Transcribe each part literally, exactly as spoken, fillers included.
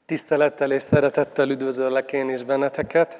Tisztelettel és szeretettel üdvözöllek én is benneteket,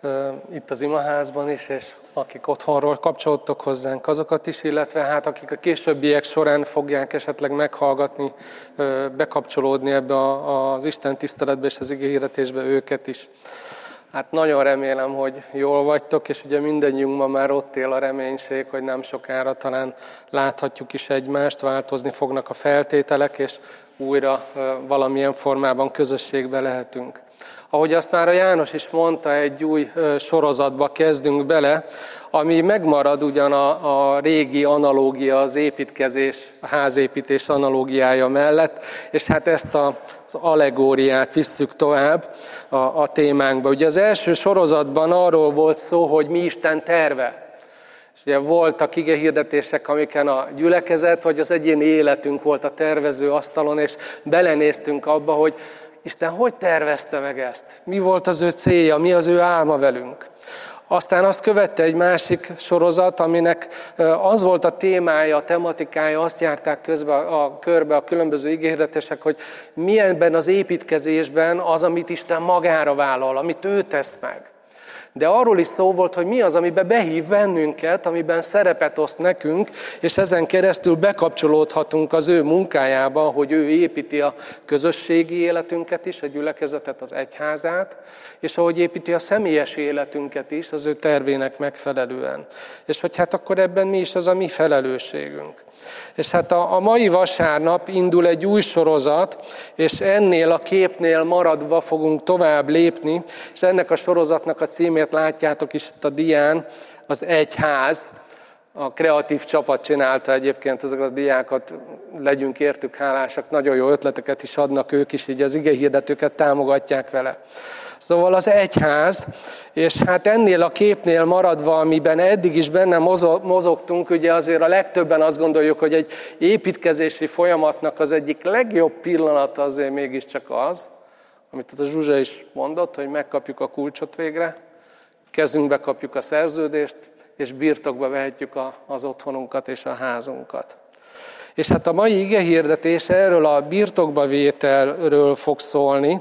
itt az imaházban is, és akik otthonról kapcsolódtok hozzánk, azokat is, illetve hát akik a későbbiek során fogják esetleg meghallgatni, bekapcsolódni ebbe az Isten tiszteletbe és az igéhirdetésbe őket is. Hát nagyon remélem, hogy jól vagytok, és ugye mindannyiunkban már ott él a reménység, hogy nem sokára talán láthatjuk is egymást, változni fognak a feltételek, és újra valamilyen formában közösségbe lehetünk. Ahogy azt már a János is mondta, egy új sorozatba kezdünk bele, ami megmarad ugyan a, a régi analógia, az építkezés, a házépítés analógiája mellett, és hát ezt a, az allegóriát visszük tovább a, a témánkba. Ugye az első sorozatban arról volt szó, hogy mi Isten terve. És ugye voltak igehirdetések, amiken a gyülekezet vagy az egyéni életünk volt a tervező asztalon, és belenéztünk abba, hogy Isten hogy tervezte meg ezt? Mi volt az ő célja? Mi az ő álma velünk? Aztán azt követte egy másik sorozat, aminek az volt a témája, a tematikája, azt járták közbe a körbe a különböző igéhirdetések, hogy milyenben az építkezésben az, amit Isten magára vállal, amit ő tesz meg. De arról is szó volt, hogy mi az, amiben behív bennünket, amiben szerepet oszt nekünk, és ezen keresztül bekapcsolódhatunk az ő munkájába, hogy ő építi a közösségi életünket is, a gyülekezetet, az egyházát, és ahogy építi a személyes életünket is, az ő tervének megfelelően. És hogy hát akkor ebben mi is az a mi felelősségünk. És hát a, a mai vasárnap indul egy új sorozat, és ennél a képnél maradva fogunk tovább lépni, és ennek a sorozatnak a címét látjátok is itt a dián, az egyház. A kreatív csapat csinálta egyébként ezeket a diákat, legyünk értük hálásak, nagyon jó ötleteket is adnak ők is, így az igehirdetőket támogatják vele. Szóval az egyház, és hát ennél a képnél maradva, amiben eddig is benne mozogtunk, ugye azért a legtöbben azt gondoljuk, hogy egy építkezési folyamatnak az egyik legjobb pillanata azért mégiscsak az, amit a Zsuzsa is mondott, hogy megkapjuk a kulcsot végre, kezünkbe kapjuk a szerződést, és birtokba vehetjük a, az otthonunkat és a házunkat. És hát a mai igehirdetés erről a birtokba vételről fog szólni,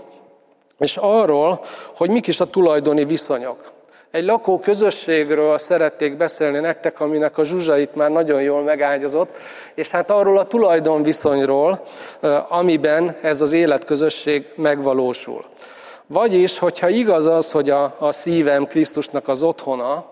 és arról, hogy mik is a tulajdoni viszonyok. Egy lakóközösségről szeretnék beszélni nektek, aminek a Zsuzsa itt már nagyon jól megágyazott, és hát arról a tulajdonviszonyról, amiben ez az életközösség megvalósul. Vagyis, hogyha igaz az, hogy a, a szívem Krisztusnak az otthona,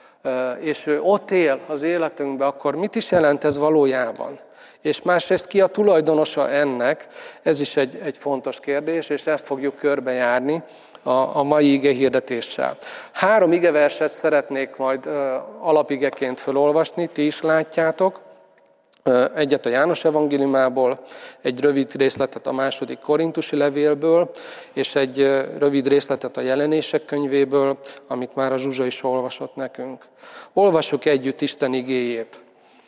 és ő ott él az életünkben, akkor mit is jelent ez valójában? És másrészt ki a tulajdonosa ennek? Ez is egy, egy fontos kérdés, és ezt fogjuk körbejárni a, a mai igehirdetéssel. Három igeverset szeretnék majd uh, alapigeként felolvasni, ti is látjátok. Uh, egyet a János evangéliumából, egy rövid részletet a második korintusi levélből, és egy uh, rövid részletet a jelenések könyvéből, amit már a Zsuzsa is olvasott nekünk. Olvassuk együtt Isten igéjét.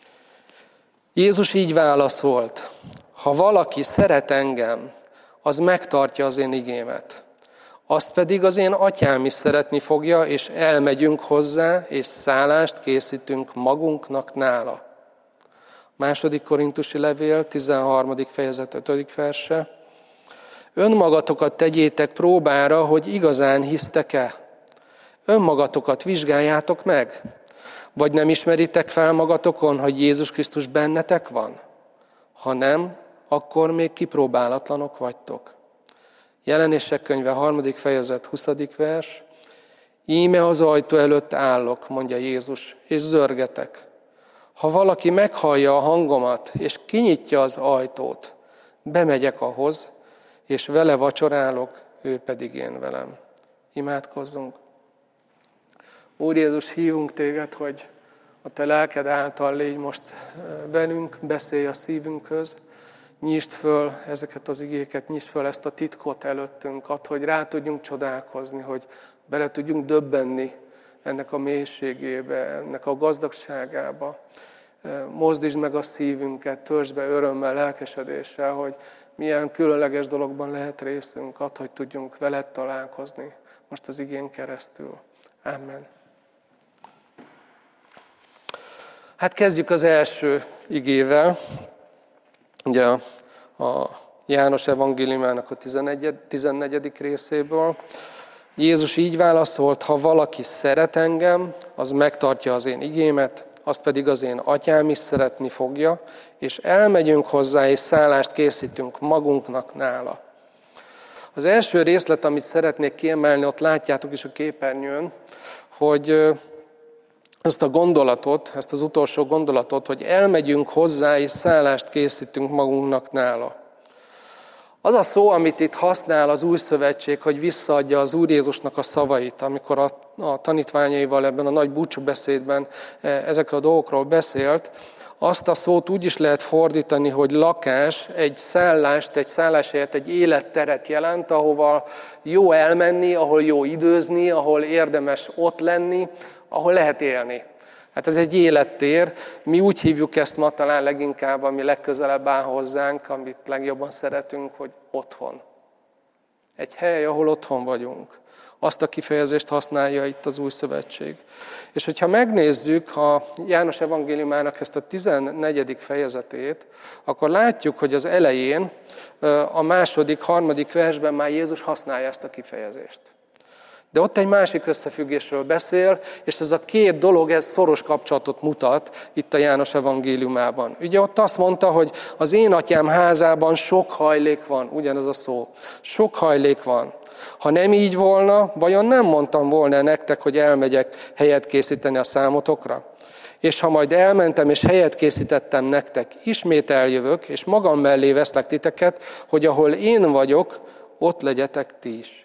Jézus így válaszolt, ha valaki szeret engem, az megtartja az én igémet. Azt pedig az én atyám is szeretni fogja, és elmegyünk hozzá, és szállást készítünk magunknak nála. Második korintusi levél, tizenharmadik fejezet, ötödik verse. Önmagatokat tegyétek próbára, hogy igazán hisztek-e. Önmagatokat vizsgáljátok meg. Vagy nem ismeritek fel magatokon, hogy Jézus Krisztus bennetek van? Ha nem, akkor még kipróbálatlanok vagytok. Jelenések könyve, harmadik fejezet, huszadik vers. Íme az ajtó előtt állok, mondja Jézus, és zörgetek. Ha valaki meghallja a hangomat, és kinyitja az ajtót, bemegyek ahhoz, és vele vacsorálok, ő pedig én velem. Imádkozzunk. Úr Jézus, hívunk téged, hogy a te lelked által légy most velünk, beszélj a szívünkhöz, nyisd föl ezeket az igéket, nyisd föl ezt a titkot előttünk, add, hogy rá tudjunk csodálkozni, hogy bele tudjunk döbbenni ennek a mélységébe, ennek a gazdagságába. Mozdítsd meg a szívünket, törzsd be örömmel, lelkesedéssel, hogy milyen különleges dologban lehet részünk, add, hogy tudjunk veled találkozni most az igén keresztül. Amen. Hát kezdjük az első igével. Ugye a, a János evangéliumának a tizennegyedik részéből. Jézus így válaszolt: ha valaki szeret engem, az megtartja az én igémet, azt pedig az én atyám is szeretni fogja, és elmegyünk hozzá, és szállást készítünk magunknak nála. Az első részlet, amit szeretnék kiemelni, ott látjátok is a képernyőn, hogy ezt a gondolatot, ezt az utolsó gondolatot, hogy elmegyünk hozzá, és szállást készítünk magunknak nála. Az a szó, amit itt használ az Új Szövetség, hogy visszaadja az Úr Jézusnak a szavait, amikor a, a tanítványaival ebben a nagy búcsúbeszédben ezekről a dolgokról beszélt, azt a szót úgy is lehet fordítani, hogy lakás, egy szállást, egy szálláshelyet, egy életteret jelent, ahova jó elmenni, ahol jó időzni, ahol érdemes ott lenni, ahol lehet élni. Hát ez egy élettér, mi úgy hívjuk ezt ma talán leginkább, ami legközelebb áll hozzánk, amit legjobban szeretünk, hogy otthon. Egy hely, ahol otthon vagyunk. Azt a kifejezést használja itt az Új Szövetség. És hogyha megnézzük a János evangéliumának ezt a tizennegyedik fejezetét, akkor látjuk, hogy az elején, a második, harmadik versben már Jézus használja ezt a kifejezést. De ott egy másik összefüggésről beszél, és ez a két dolog, ez szoros kapcsolatot mutat itt a János evangéliumában. Ugye ott azt mondta, hogy az én atyám házában sok hajlék van, ugyanez a szó. Sok hajlék van. Ha nem így volna, vajon nem mondtam volna nektek, hogy elmegyek helyet készíteni a számotokra? És ha majd elmentem és helyet készítettem nektek, ismét eljövök, és magam mellé veszlek titeket, hogy ahol én vagyok, ott legyetek ti is.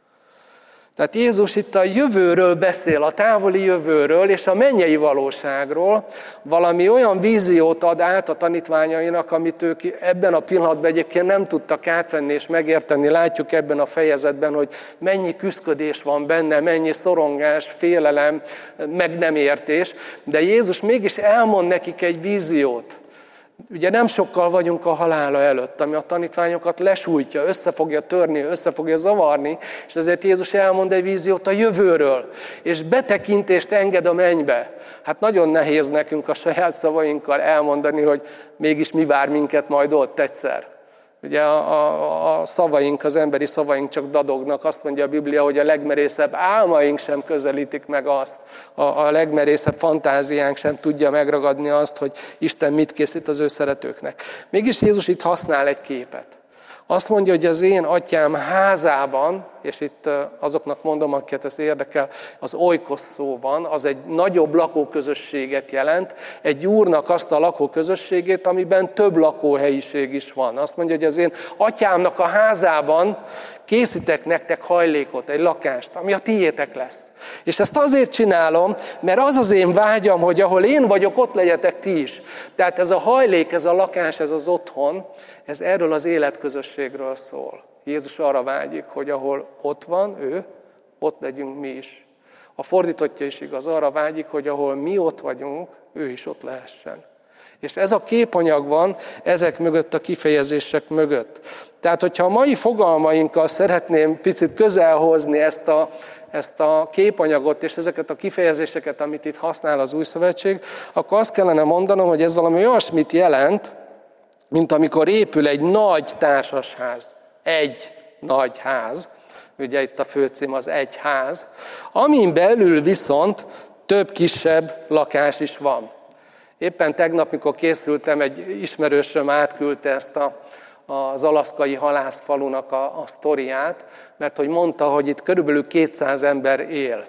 Tehát Jézus itt a jövőről beszél, a távoli jövőről és a mennyei valóságról, valami olyan víziót ad át a tanítványainak, amit ők ebben a pillanatban egyébként nem tudtak átvenni és megérteni. Látjuk ebben a fejezetben, hogy mennyi küszködés van benne, mennyi szorongás, félelem, meg nem értés, de Jézus mégis elmond nekik egy víziót. Ugye nem sokkal vagyunk a halála előtt, ami a tanítványokat lesújtja, össze fogja törni, össze fogja zavarni, és ezért Jézus elmond egy víziót a jövőről, és betekintést enged a mennybe. Hát nagyon nehéz nekünk a saját szavainkkal elmondani, hogy mégis mi vár minket majd ott egyszer. Ugye a, a, a szavaink, az emberi szavaink csak dadognak, azt mondja a Biblia, hogy a legmerészebb álmaink sem közelítik meg azt, a, a legmerészebb fantáziánk sem tudja megragadni azt, hogy Isten mit készít az ő szeretőknek. Mégis Jézus itt használ egy képet. Azt mondja, hogy az én atyám házában, és itt azoknak mondom, akiket ez érdekel, az oikos szó van, az egy nagyobb lakóközösséget jelent, egy úrnak azt a lakóközösségét, amiben több lakóhelyiség is van. Azt mondja, hogy az én atyámnak a házában készítek nektek hajlékot, egy lakást, ami a tiétek lesz. És ezt azért csinálom, mert az az én vágyam, hogy ahol én vagyok, ott legyetek ti is. Tehát ez a hajlék, ez a lakás, ez az otthon, ez erről az életközösségről szól. Jézus arra vágyik, hogy ahol ott van ő, ott legyünk mi is. A fordítottja is igaz, arra vágyik, hogy ahol mi ott vagyunk, ő is ott lehessen. És ez a képanyag van ezek mögött, a kifejezések mögött. Tehát, hogyha a mai fogalmainkkal szeretném picit közelhozni ezt a, ezt a képanyagot és ezeket a kifejezéseket, amit itt használ az Új Szövetség, akkor azt kellene mondanom, hogy ez valami olyasmit jelent, mint amikor épül egy nagy társasház. Egy nagy ház, ugye itt a főcím az egy ház, amin belül viszont több kisebb lakás is van. Éppen tegnap, mikor készültem, egy ismerősöm átküldte ezt a, az alaszkai halászfalunak a, a sztoriát, mert hogy mondta, hogy itt körülbelül kétszáz ember él.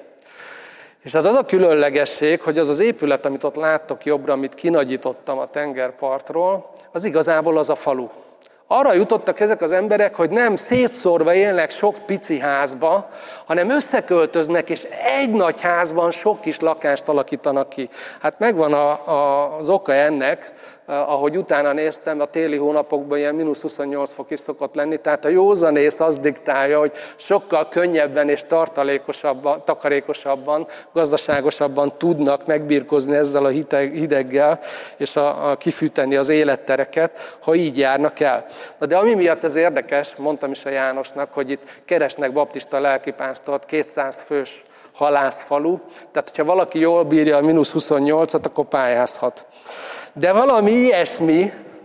És hát az a különlegesség, hogy az az épület, amit ott láttok jobbra, amit kinagyítottam a tengerpartról, az igazából az a falu. Arra jutottak ezek az emberek, hogy nem szétszórva élnek sok pici házba, hanem összeköltöznek, és egy nagy házban sok kis lakást alakítanak ki. Hát megvan a, a, az oka ennek, ahogy utána néztem, a téli hónapokban ilyen mínusz huszonnyolc fok is szokott lenni, tehát a józanész azt diktálja, hogy sokkal könnyebben és tartalékosabban, takarékosabban, gazdaságosabban tudnak megbirkózni ezzel a hideggel, és a, a kifűteni az élettereket, ha így járnak el. Na de ami miatt ez érdekes, mondtam is a Jánosnak, hogy itt keresnek baptista lelkipásztort, kétszáz fős halászfalu, tehát hogyha valaki jól bírja a mínusz huszonnyolcat, akkor pályázhat. De valami ilyesmi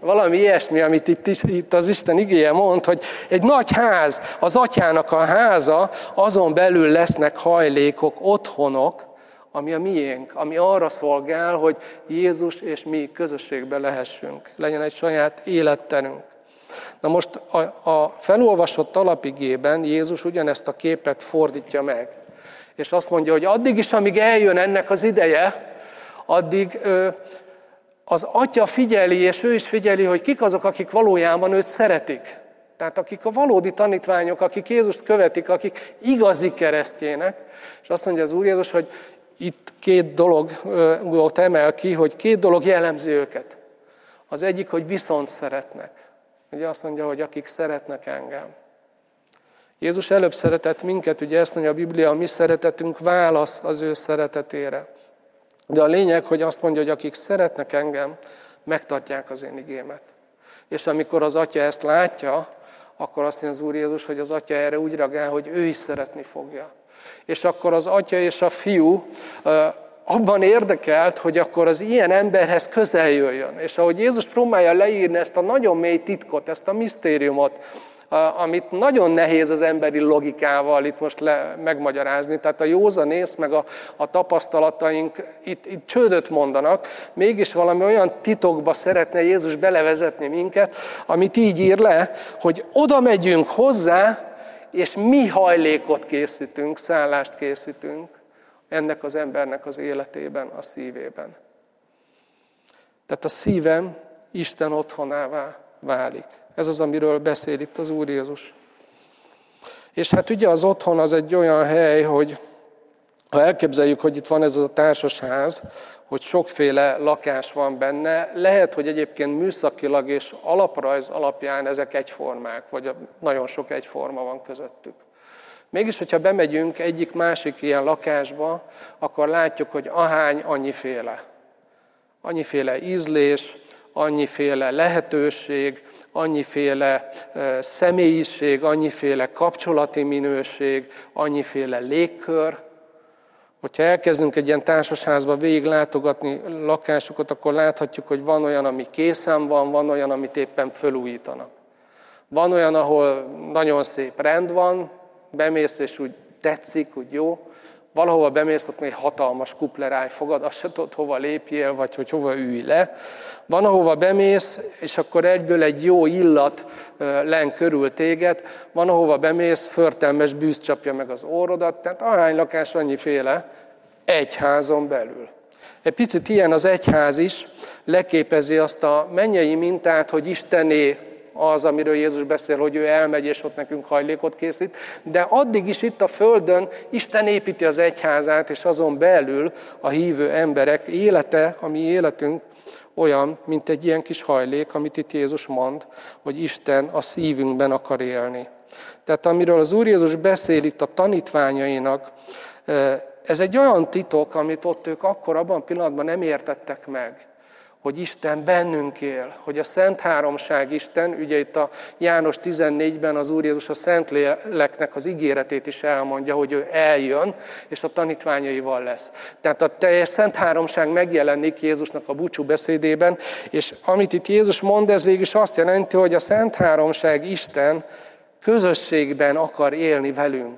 valami ilyesmi, amit itt, itt az Isten igéje mond, hogy egy nagy ház, az atyának a háza, azon belül lesznek hajlékok, otthonok, ami a miénk, ami arra szolgál, hogy Jézus és mi közösségben lehessünk. Legyen egy saját életterünk. Na most a, a felolvasott alapigében Jézus ugyanezt a képet fordítja meg. És azt mondja, hogy addig is, amíg eljön ennek az ideje, addig ö, az atya figyeli, és ő is figyeli, hogy kik azok, akik valójában őt szeretik. Tehát akik a valódi tanítványok, akik Jézust követik, akik igazi keresztjének. És azt mondja az Úr Jézus, hogy itt két dologot emel ki, hogy két dolog jellemzi őket. Az egyik, hogy viszont szeretnek. Ugye azt mondja, hogy akik szeretnek engem. Jézus előbb szeretett minket, ugye ezt mondja a Biblia, a mi szeretetünk válasz az ő szeretetére. De a lényeg, hogy azt mondja, hogy akik szeretnek engem, megtartják az én igémet. És amikor az atya ezt látja, akkor azt mondja az Úr Jézus, hogy az atya erre úgy reagál, hogy ő is szeretni fogja. És akkor az atya és a fiú abban érdekelt, hogy akkor az ilyen emberhez közel jöjjön. És ahogy Jézus próbálja leírni ezt a nagyon mély titkot, ezt a misztériumot, amit nagyon nehéz az emberi logikával itt most le, megmagyarázni. Tehát a józan ész, meg a, a tapasztalataink itt, itt csődöt mondanak, mégis valami olyan titokba szeretne Jézus belevezetni minket, amit így ír le, hogy oda megyünk hozzá, és mi hajlékot készítünk, szállást készítünk ennek az embernek az életében, a szívében. Tehát a szívem Isten otthonává válik. Ez az, amiről beszél itt az Úr Jézus. És hát ugye az otthon az egy olyan hely, hogy ha elképzeljük, hogy itt van ez a társasház, hogy sokféle lakás van benne, lehet, hogy egyébként műszakilag és alaprajz alapján ezek egyformák, vagy nagyon sok egyforma van közöttük. Mégis, hogyha bemegyünk egyik-másik ilyen lakásba, akkor látjuk, hogy ahány annyiféle. Annyiféle ízlés, annyiféle lehetőség, annyiféle személyiség, annyiféle kapcsolati minőség, annyiféle légkör. Hogyha elkezdünk egy ilyen társasházba végig látogatni lakásokat, akkor láthatjuk, hogy van olyan, ami készen van, van olyan, amit éppen fölújítanak. Van olyan, ahol nagyon szép rend van, bemész és úgy tetszik, úgy jó. Valahova bemész, ott egy hatalmas kupleráj fogad, azt se tudod, hova lépjél, vagy hogy hova ülj le. Van, ahova bemész, és akkor egyből egy jó illat len körül téged. Van, ahova bemész, förtelmes bűz csapja meg az orrodat. Tehát ahány lakás annyiféle egy házon belül. Egy picit ilyen az egyház is, leképezi azt a mennyei mintát, hogy Istené az, amiről Jézus beszél, hogy ő elmegy, és ott nekünk hajlékot készít. De addig is itt a földön Isten építi az egyházát, és azon belül a hívő emberek élete, a mi életünk olyan, mint egy ilyen kis hajlék, amit itt Jézus mond, hogy Isten a szívünkben akar élni. Tehát amiről az Úr Jézus beszél itt a tanítványainak, ez egy olyan titok, amit ott ők akkor abban a pillanatban nem értettek meg, hogy Isten bennünk él, hogy a Szent Háromság Isten, ugye itt a János tizennégyben az Úr Jézus a Szentléleknek az ígéretét is elmondja, hogy ő eljön, és a tanítványaival lesz. Tehát a teljes Szent Háromság megjelenik Jézusnak a búcsú beszédében, és amit itt Jézus mond, ez végül is azt jelenti, hogy a Szent Háromság Isten közösségben akar élni velünk.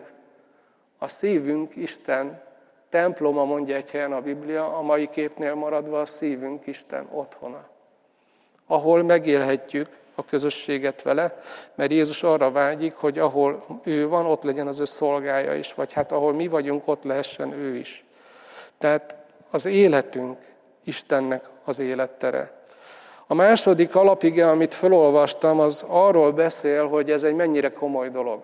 A szívünk Isten temploma, mondja egy helyen a Biblia, a mai képnél maradva a szívünk Isten otthona. Ahol megélhetjük a közösséget vele, mert Jézus arra vágyik, hogy ahol ő van, ott legyen az ő szolgája is, vagy hát ahol mi vagyunk, ott lehessen ő is. Tehát az életünk Istennek az élettere. A második alapige, amit felolvastam, az arról beszél, hogy ez egy mennyire komoly dolog.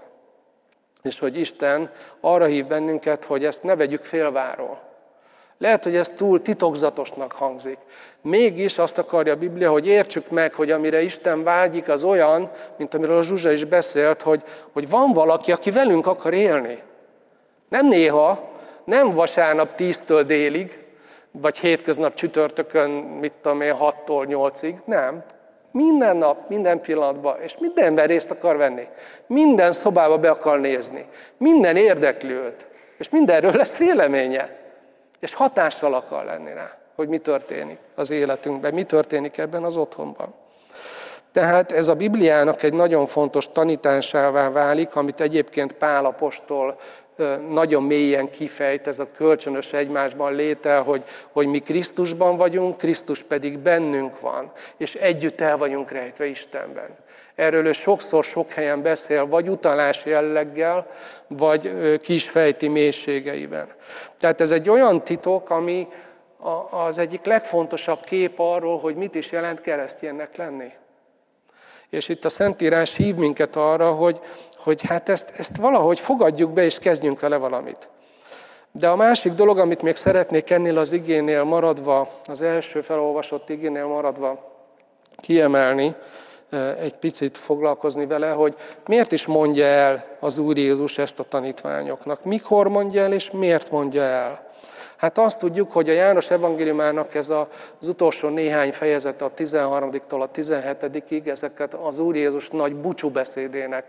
És hogy Isten arra hív bennünket, hogy ezt ne vegyük félváról. Lehet, hogy ez túl titokzatosnak hangzik. Mégis azt akarja a Biblia, hogy értsük meg, hogy amire Isten vágyik, az olyan, mint amiről a Zsuzsa is beszélt, hogy, hogy van valaki, aki velünk akar élni. Nem néha, nem vasárnap tíztől délig, vagy hétköznap csütörtökön, mit tudom én, hattól nyolcig, nem. Minden nap, minden pillanatban, és mindenben részt akar venni. Minden szobába be akar nézni. Minden érdekli őt. És mindenről lesz véleménye. És hatással akar lenni rá, hogy mi történik az életünkben, mi történik ebben az otthonban. Tehát ez a Bibliának egy nagyon fontos tanításává válik, amit egyébként Pál apostol nagyon mélyen kifejt, ez a kölcsönös egymásban létel, hogy, hogy mi Krisztusban vagyunk, Krisztus pedig bennünk van, és együtt el vagyunk rejtve Istenben. Erről ő sokszor sok helyen beszél, vagy utalás jelleggel, vagy ki is fejti mélységeiben. Tehát ez egy olyan titok, ami az egyik legfontosabb kép arról, hogy mit is jelent kereszténynek lenni. És itt a Szentírás hív minket arra, hogy, hogy hát ezt, ezt valahogy fogadjuk be, és kezdjünk vele valamit. De a másik dolog, amit még szeretnék ennél az igénél maradva, az első felolvasott igénél maradva kiemelni, egy picit foglalkozni vele, hogy miért is mondja el az Úr Jézus ezt a tanítványoknak. Mikor mondja el, és miért mondja el? Hát azt tudjuk, hogy a János evangéliumának ez az utolsó néhány fejezete, a tizenharmadiktól a tizenhetedikig, ezeket az Úr Jézus nagy búcsúbeszédének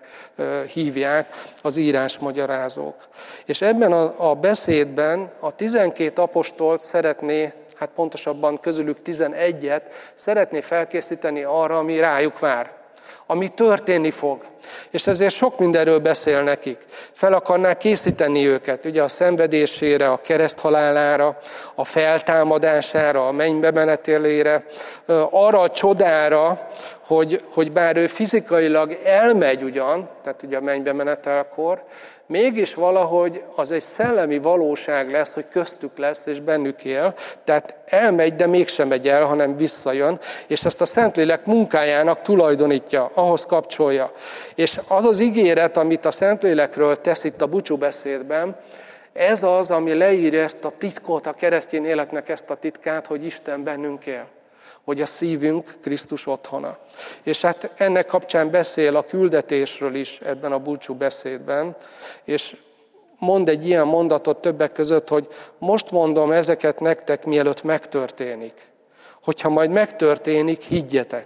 hívják az írásmagyarázók. És ebben a, a beszédben a tizenkét apostolt szeretné, hát pontosabban közülük tizenegyet szeretné felkészíteni arra, ami rájuk vár, ami történni fog. És ezért sok mindenről beszél nekik. Fel akarná készíteni őket, ugye a szenvedésére, a kereszthalálára, a feltámadására, a mennybe menetélére, arra a csodára, hogy, hogy bár ő fizikailag elmegy ugyan, tehát ugye a mennybe menetelkor, mégis valahogy az egy szellemi valóság lesz, hogy köztük lesz és bennük él. Tehát elmegy, de mégsem megy el, hanem visszajön, és ezt a Szentlélek munkájának tulajdonítja, ahhoz kapcsolja. És az az ígéret, amit a Szentlélekről tesz itt a búcsúbeszédben, ez az, ami leírja ezt a titkot, a keresztény életnek ezt a titkát, hogy Isten bennünk él. Hogy a szívünk Krisztus otthona. És hát ennek kapcsán beszél a küldetésről is ebben a búcsú beszédben, és mond egy ilyen mondatot többek között, hogy most mondom ezeket nektek, mielőtt megtörténik. Hogyha majd megtörténik, higgyetek.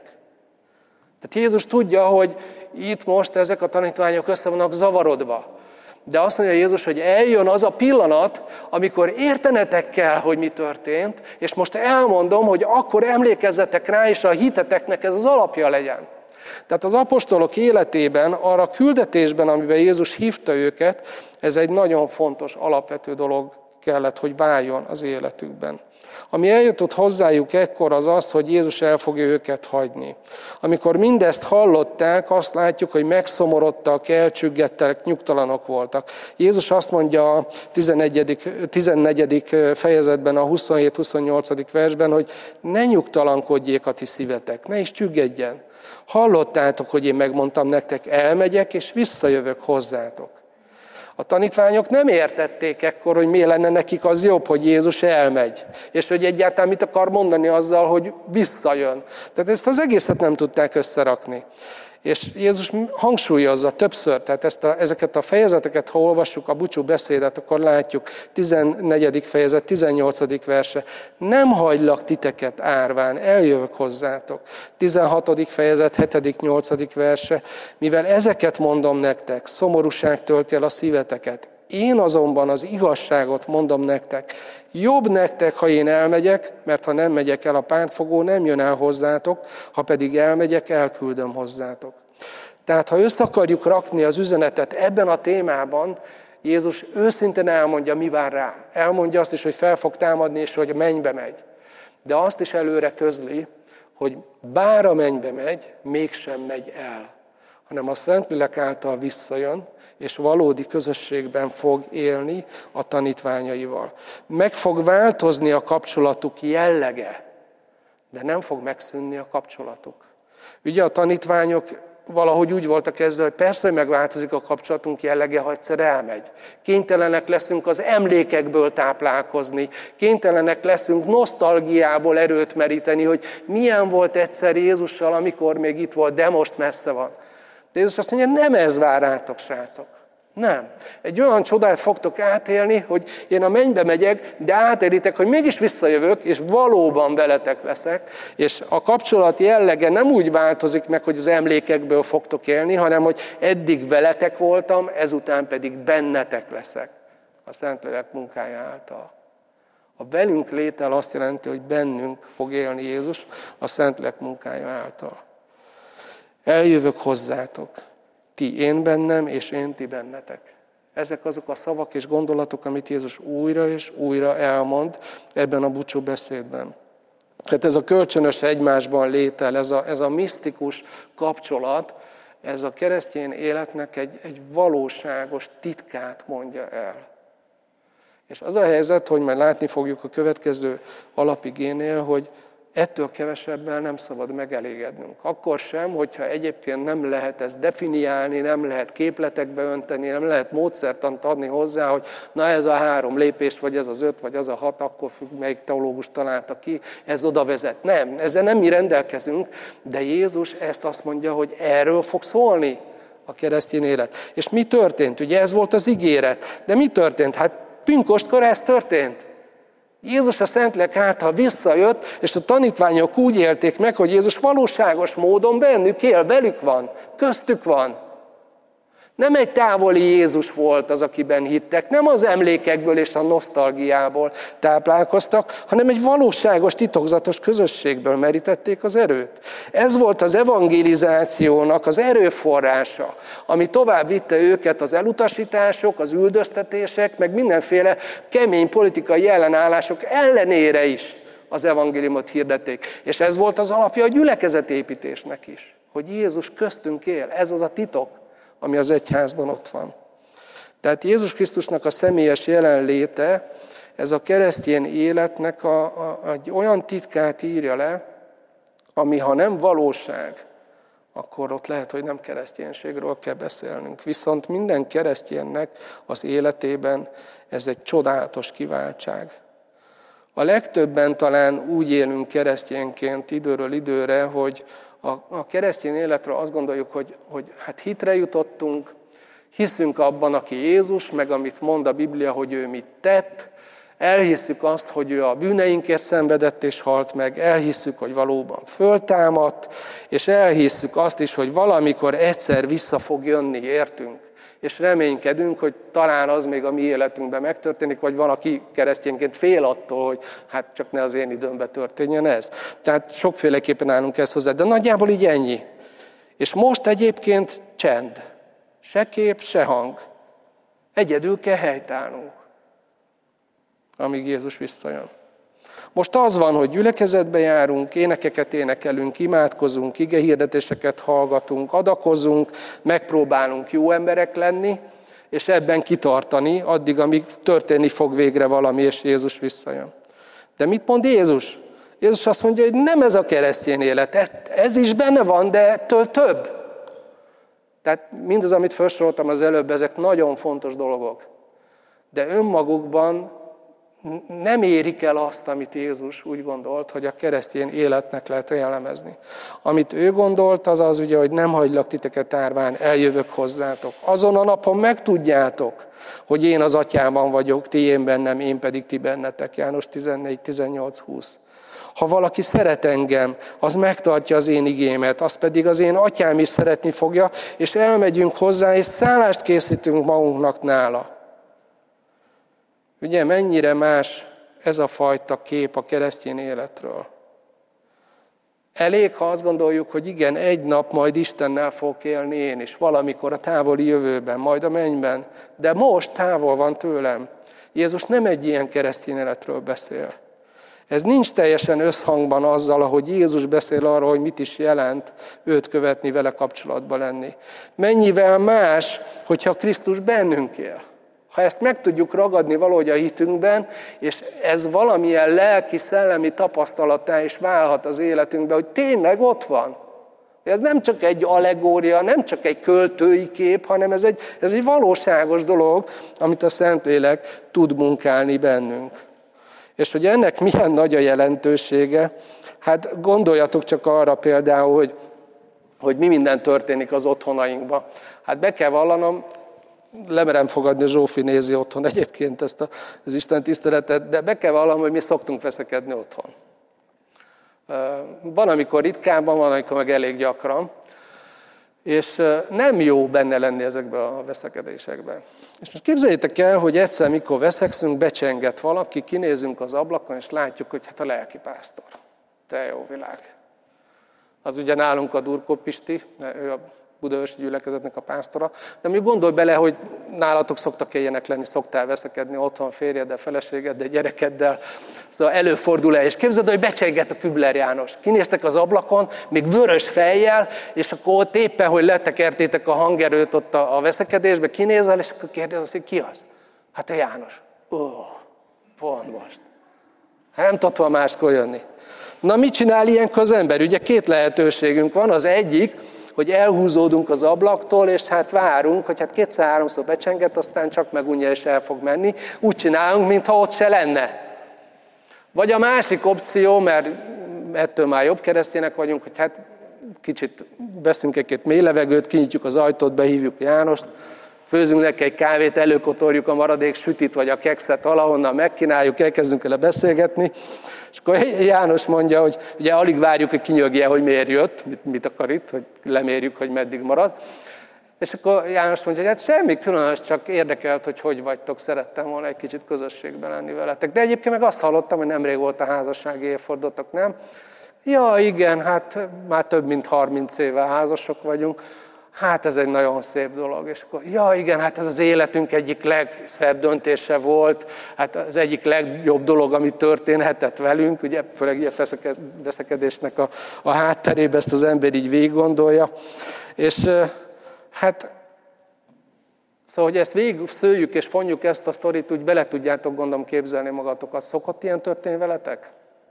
Tehát Jézus tudja, hogy itt most ezek a tanítványok össze vannak zavarodva. De azt mondja Jézus, hogy eljön az a pillanat, amikor értenetek kell, hogy mi történt, és most elmondom, hogy akkor emlékezzetek rá, és a hiteteknek ez az alapja legyen. Tehát az apostolok életében, arra a küldetésben, amiben Jézus hívta őket, ez egy nagyon fontos, alapvető dolog kellett, hogy váljon az életükben. Ami eljutott hozzájuk ekkor az az, hogy Jézus el fogja őket hagyni. Amikor mindezt hallották, azt látjuk, hogy megszomorodtak, elcsüggettek, nyugtalanok voltak. Jézus azt mondja a tizennegyedik fejezetben, a huszonhét-huszonnyolcadik versben, hogy ne nyugtalankodjék a ti szívetek, ne is csüggedjen. Hallottátok, hogy én megmondtam nektek, elmegyek és visszajövök hozzátok. A tanítványok nem értették ekkor, hogy mi lenne nekik az jobb, hogy Jézus elmegy, és hogy egyáltalán mit akar mondani azzal, hogy visszajön. Tehát ezt az egészet nem tudták összerakni. És Jézus hangsúlyozza többször, tehát ezt a, ezeket a fejezeteket, ha olvassuk a búcsú beszédet, akkor látjuk, tizennegyedik fejezet, tizennyolcadik verse, nem hagylak titeket árván, eljövök hozzátok. tizenhatodik fejezet, hetedik nyolcadik verse, mivel ezeket mondom nektek, szomorúság tölti el a szíveteket. Én azonban az igazságot mondom nektek. Jobb nektek, ha én elmegyek, mert ha nem megyek el, a pártfogó nem jön el hozzátok, ha pedig elmegyek, elküldöm hozzátok. Tehát, ha össze akarjuk rakni az üzenetet ebben a témában, Jézus őszintén elmondja, mi vár rá. Elmondja azt is, hogy fel fog támadni, és hogy mennybe megy. De azt is előre közli, hogy bár a mennybe megy, mégsem megy el, hanem a Szentlélek által visszajön, és valódi közösségben fog élni a tanítványaival. Meg fog változni a kapcsolatuk jellege, de nem fog megszűnni a kapcsolatuk. Ugye a tanítványok valahogy úgy voltak ezzel, hogy persze, hogy megváltozik a kapcsolatunk jellege, ha egyszer elmegy. Kénytelenek leszünk az emlékekből táplálkozni, kénytelenek leszünk nosztalgiából erőt meríteni, hogy milyen volt egyszer Jézussal, amikor még itt volt, de most messze van. De Jézus azt mondja, nem ez vár rátok, srácok. Nem. Egy olyan csodát fogtok átélni, hogy én a mennybe megyek, de átéritek, hogy mégis visszajövök, és valóban veletek leszek, és a kapcsolat jellege nem úgy változik meg, hogy az emlékekből fogtok élni, hanem hogy eddig veletek voltam, ezután pedig bennetek leszek a Szentlélek munkája által. A velünk létel azt jelenti, hogy bennünk fog élni Jézus a Szentlélek munkája által. Eljövök hozzátok, ti én bennem, és én ti bennetek. Ezek azok a szavak és gondolatok, amit Jézus újra és újra elmond ebben a búcsú beszédben. Tehát ez a kölcsönös egymásban létel, ez a, ez a misztikus kapcsolat, ez a keresztény életnek egy, egy valóságos titkát mondja el. És az a helyzet, hogy majd látni fogjuk a következő alapigénél, hogy ettől kevesebbel nem szabad megelégednünk. Akkor sem, hogyha egyébként nem lehet ezt definiálni, nem lehet képletekbe önteni, nem lehet módszertant adni hozzá, hogy na ez a három lépés, vagy ez az öt, vagy az a hat, akkor függ, melyik teológus találta ki, ez oda vezet. Nem, ezzel nem mi rendelkezünk, de Jézus ezt azt mondja, hogy erről fog szólni a keresztény élet. És mi történt? Ugye ez volt az ígéret. De mi történt? Hát pünköstkor ez történt. Jézus a Szentlélek által visszajött, és a tanítványok úgy élték meg, hogy Jézus valóságos módon bennük él, velük van, köztük van. Nem egy távoli Jézus volt az, akiben hittek, nem az emlékekből és a nosztalgiából táplálkoztak, hanem egy valóságos, titokzatos közösségből merítették az erőt. Ez volt az evangelizációnak az erőforrása, ami tovább vitte őket az elutasítások, az üldöztetések, meg mindenféle kemény politikai ellenállások ellenére is az evangéliumot hirdették. És ez volt az alapja a gyülekezetépítésnek is, hogy Jézus köztünk él. Ez az a titok, ami az egyházban ott van. Tehát Jézus Krisztusnak a személyes jelenléte, ez a keresztény életnek a, a, egy olyan titkát írja le, ami ha nem valóság, akkor ott lehet, hogy nem kereszténységről kell beszélnünk. Viszont minden kereszténynek az életében ez egy csodálatos kiváltság. A legtöbben talán úgy élünk keresztényként időről időre, hogy A, a keresztény életről azt gondoljuk, hogy, hogy hát hitre jutottunk, hiszünk abban, aki Jézus, meg amit mond a Biblia, hogy ő mit tett, elhisszük azt, hogy ő a bűneinkért szenvedett és halt meg, elhisszük, hogy valóban föltámadt, és elhisszük azt is, hogy valamikor egyszer vissza fog jönni, értünk. És reménykedünk, hogy talán az még a mi életünkben megtörténik, vagy valaki keresztényként fél attól, hogy hát csak ne az én időmben történjen ez. Tehát sokféleképpen állunk ezt hozzá, de nagyjából így ennyi. És most egyébként csend. Se kép, se hang. Egyedül kell helytállnunk, amíg Jézus visszajön. Most az van, hogy gyülekezetbe járunk, énekeket énekelünk, imádkozunk, igehirdetéseket hallgatunk, adakozunk, megpróbálunk jó emberek lenni, és ebben kitartani, addig, amíg történni fog végre valami, és Jézus visszajön. De mit mond Jézus? Jézus azt mondja, hogy nem ez a keresztény élet, ez is benne van, de ettől több. Tehát mindaz, amit felsoroltam az előbb, ezek nagyon fontos dolgok. De önmagukban nem érik el azt, amit Jézus úgy gondolt, hogy a keresztény életnek lehet jellemezni. Amit ő gondolt, az az ugye, hogy nem hagylak titeket árván, eljövök hozzátok. Azon a napon megtudjátok, hogy én az atyában vagyok, ti én bennem, én pedig ti bennetek. János tizennégy, tizennyolc, húsz. Ha valaki szeret engem, az megtartja az én igémet, az pedig az én atyám is szeretni fogja, és elmegyünk hozzá, és szállást készítünk magunknak nála. Ugye mennyire más ez a fajta kép a keresztény életről. Elég, ha azt gondoljuk, hogy igen, egy nap majd Istennel fogok élni én is, valamikor a távoli jövőben, majd a mennyben, de most távol van tőlem. Jézus nem egy ilyen keresztény életről beszél. Ez nincs teljesen összhangban azzal, ahogy Jézus beszél arról, hogy mit is jelent őt követni, vele kapcsolatban lenni. Mennyivel más, hogyha Krisztus bennünk él. Ha ezt meg tudjuk ragadni valahogy a hitünkben, és ez valamilyen lelki, szellemi tapasztalattá is válhat az életünkben, hogy tényleg ott van. Ez nem csak egy allegória, nem csak egy költői kép, hanem ez egy, ez egy valóságos dolog, amit a Szentlélek tud munkálni bennünk. És hogy ennek milyen nagy a jelentősége, hát gondoljatok csak arra például, hogy, hogy mi minden történik az otthonainkban. Hát be kell vallanom, lemerem fogadni, Zsófi nézi otthon egyébként ezt a, az Isten tiszteletet, de be kell vallanom, hogy mi szoktunk veszekedni otthon. Van, amikor ritkábban, van, amikor meg elég gyakran, és nem jó benne lenni ezekben a veszekedésekben. És most képzeljétek el, hogy egyszer, mikor veszekszünk, becsenget valaki, kinézünk az ablakon, és látjuk, hogy hát a lelkipásztor. Te jó világ. az ugye nálunk a Durkó Pisti, ő a budaörsi gyülekezetnek a pásztora. De mondjuk gondolj bele, hogy nálatok szoktak ilyenek lenni, szoktál veszekedni otthon férjeddel, feleségeddel, gyerekeddel. Szóval előfordul el, és képzeld, hogy becsenget a Kübler János. Kinéztek az ablakon, még vörös fejjel, és akkor ott éppen, hogy letekertétek a hangerőt ott a, a veszekedésbe, kinézel, és akkor kérdez, hogy ki az? Hát a János. Ó, pont most. Hát nem tudva máskor jönni. Na, mit csinál ilyenkor az ember? Ugye két lehetőségünk van. Az egyik, hogy elhúzódunk az ablaktól, és hát várunk, hogy hát kétszer-háromszor becsenget, aztán csak megunja és el fog menni. Úgy csinálunk, mintha ott se lenne. Vagy a másik opció, mert ettől már jobb keresztények vagyunk, hogy hát kicsit veszünk egy-két mély levegőt, kinyitjuk az ajtót, behívjuk Jánost, főzünk neki egy kávét, előkotorjuk a maradék sütit vagy a kekszet valahonnan, megkínáljuk, elkezdünk vele beszélgetni, és akkor János mondja, hogy ugye alig várjuk, hogy kinyögje, hogy miért jött, mit, mit akar itt, hogy lemérjük, hogy meddig marad. És akkor János mondja, hogy hát semmi különös, csak érdekelt, hogy hogy vagytok, szerettem volna egy kicsit közösségben lenni veletek. De egyébként meg azt hallottam, hogy nemrég volt a házassági évfordulótok, nem? Ja, igen, hát már több mint harminc éve házasok vagyunk. Hát ez egy nagyon szép dolog. És akkor, ja igen, hát ez az életünk egyik legszebb döntése volt, hát az egyik legjobb dolog, ami történhetett velünk, ugye főleg ilyen veszekedésnek a, a hátterében ezt az ember így végig gondolja. És hát, szóval, hogy ezt végig szőjük és fonjuk ezt a sztorit, úgy bele tudjátok gondolom képzelni magatokat. Szokott ilyen történni veletek?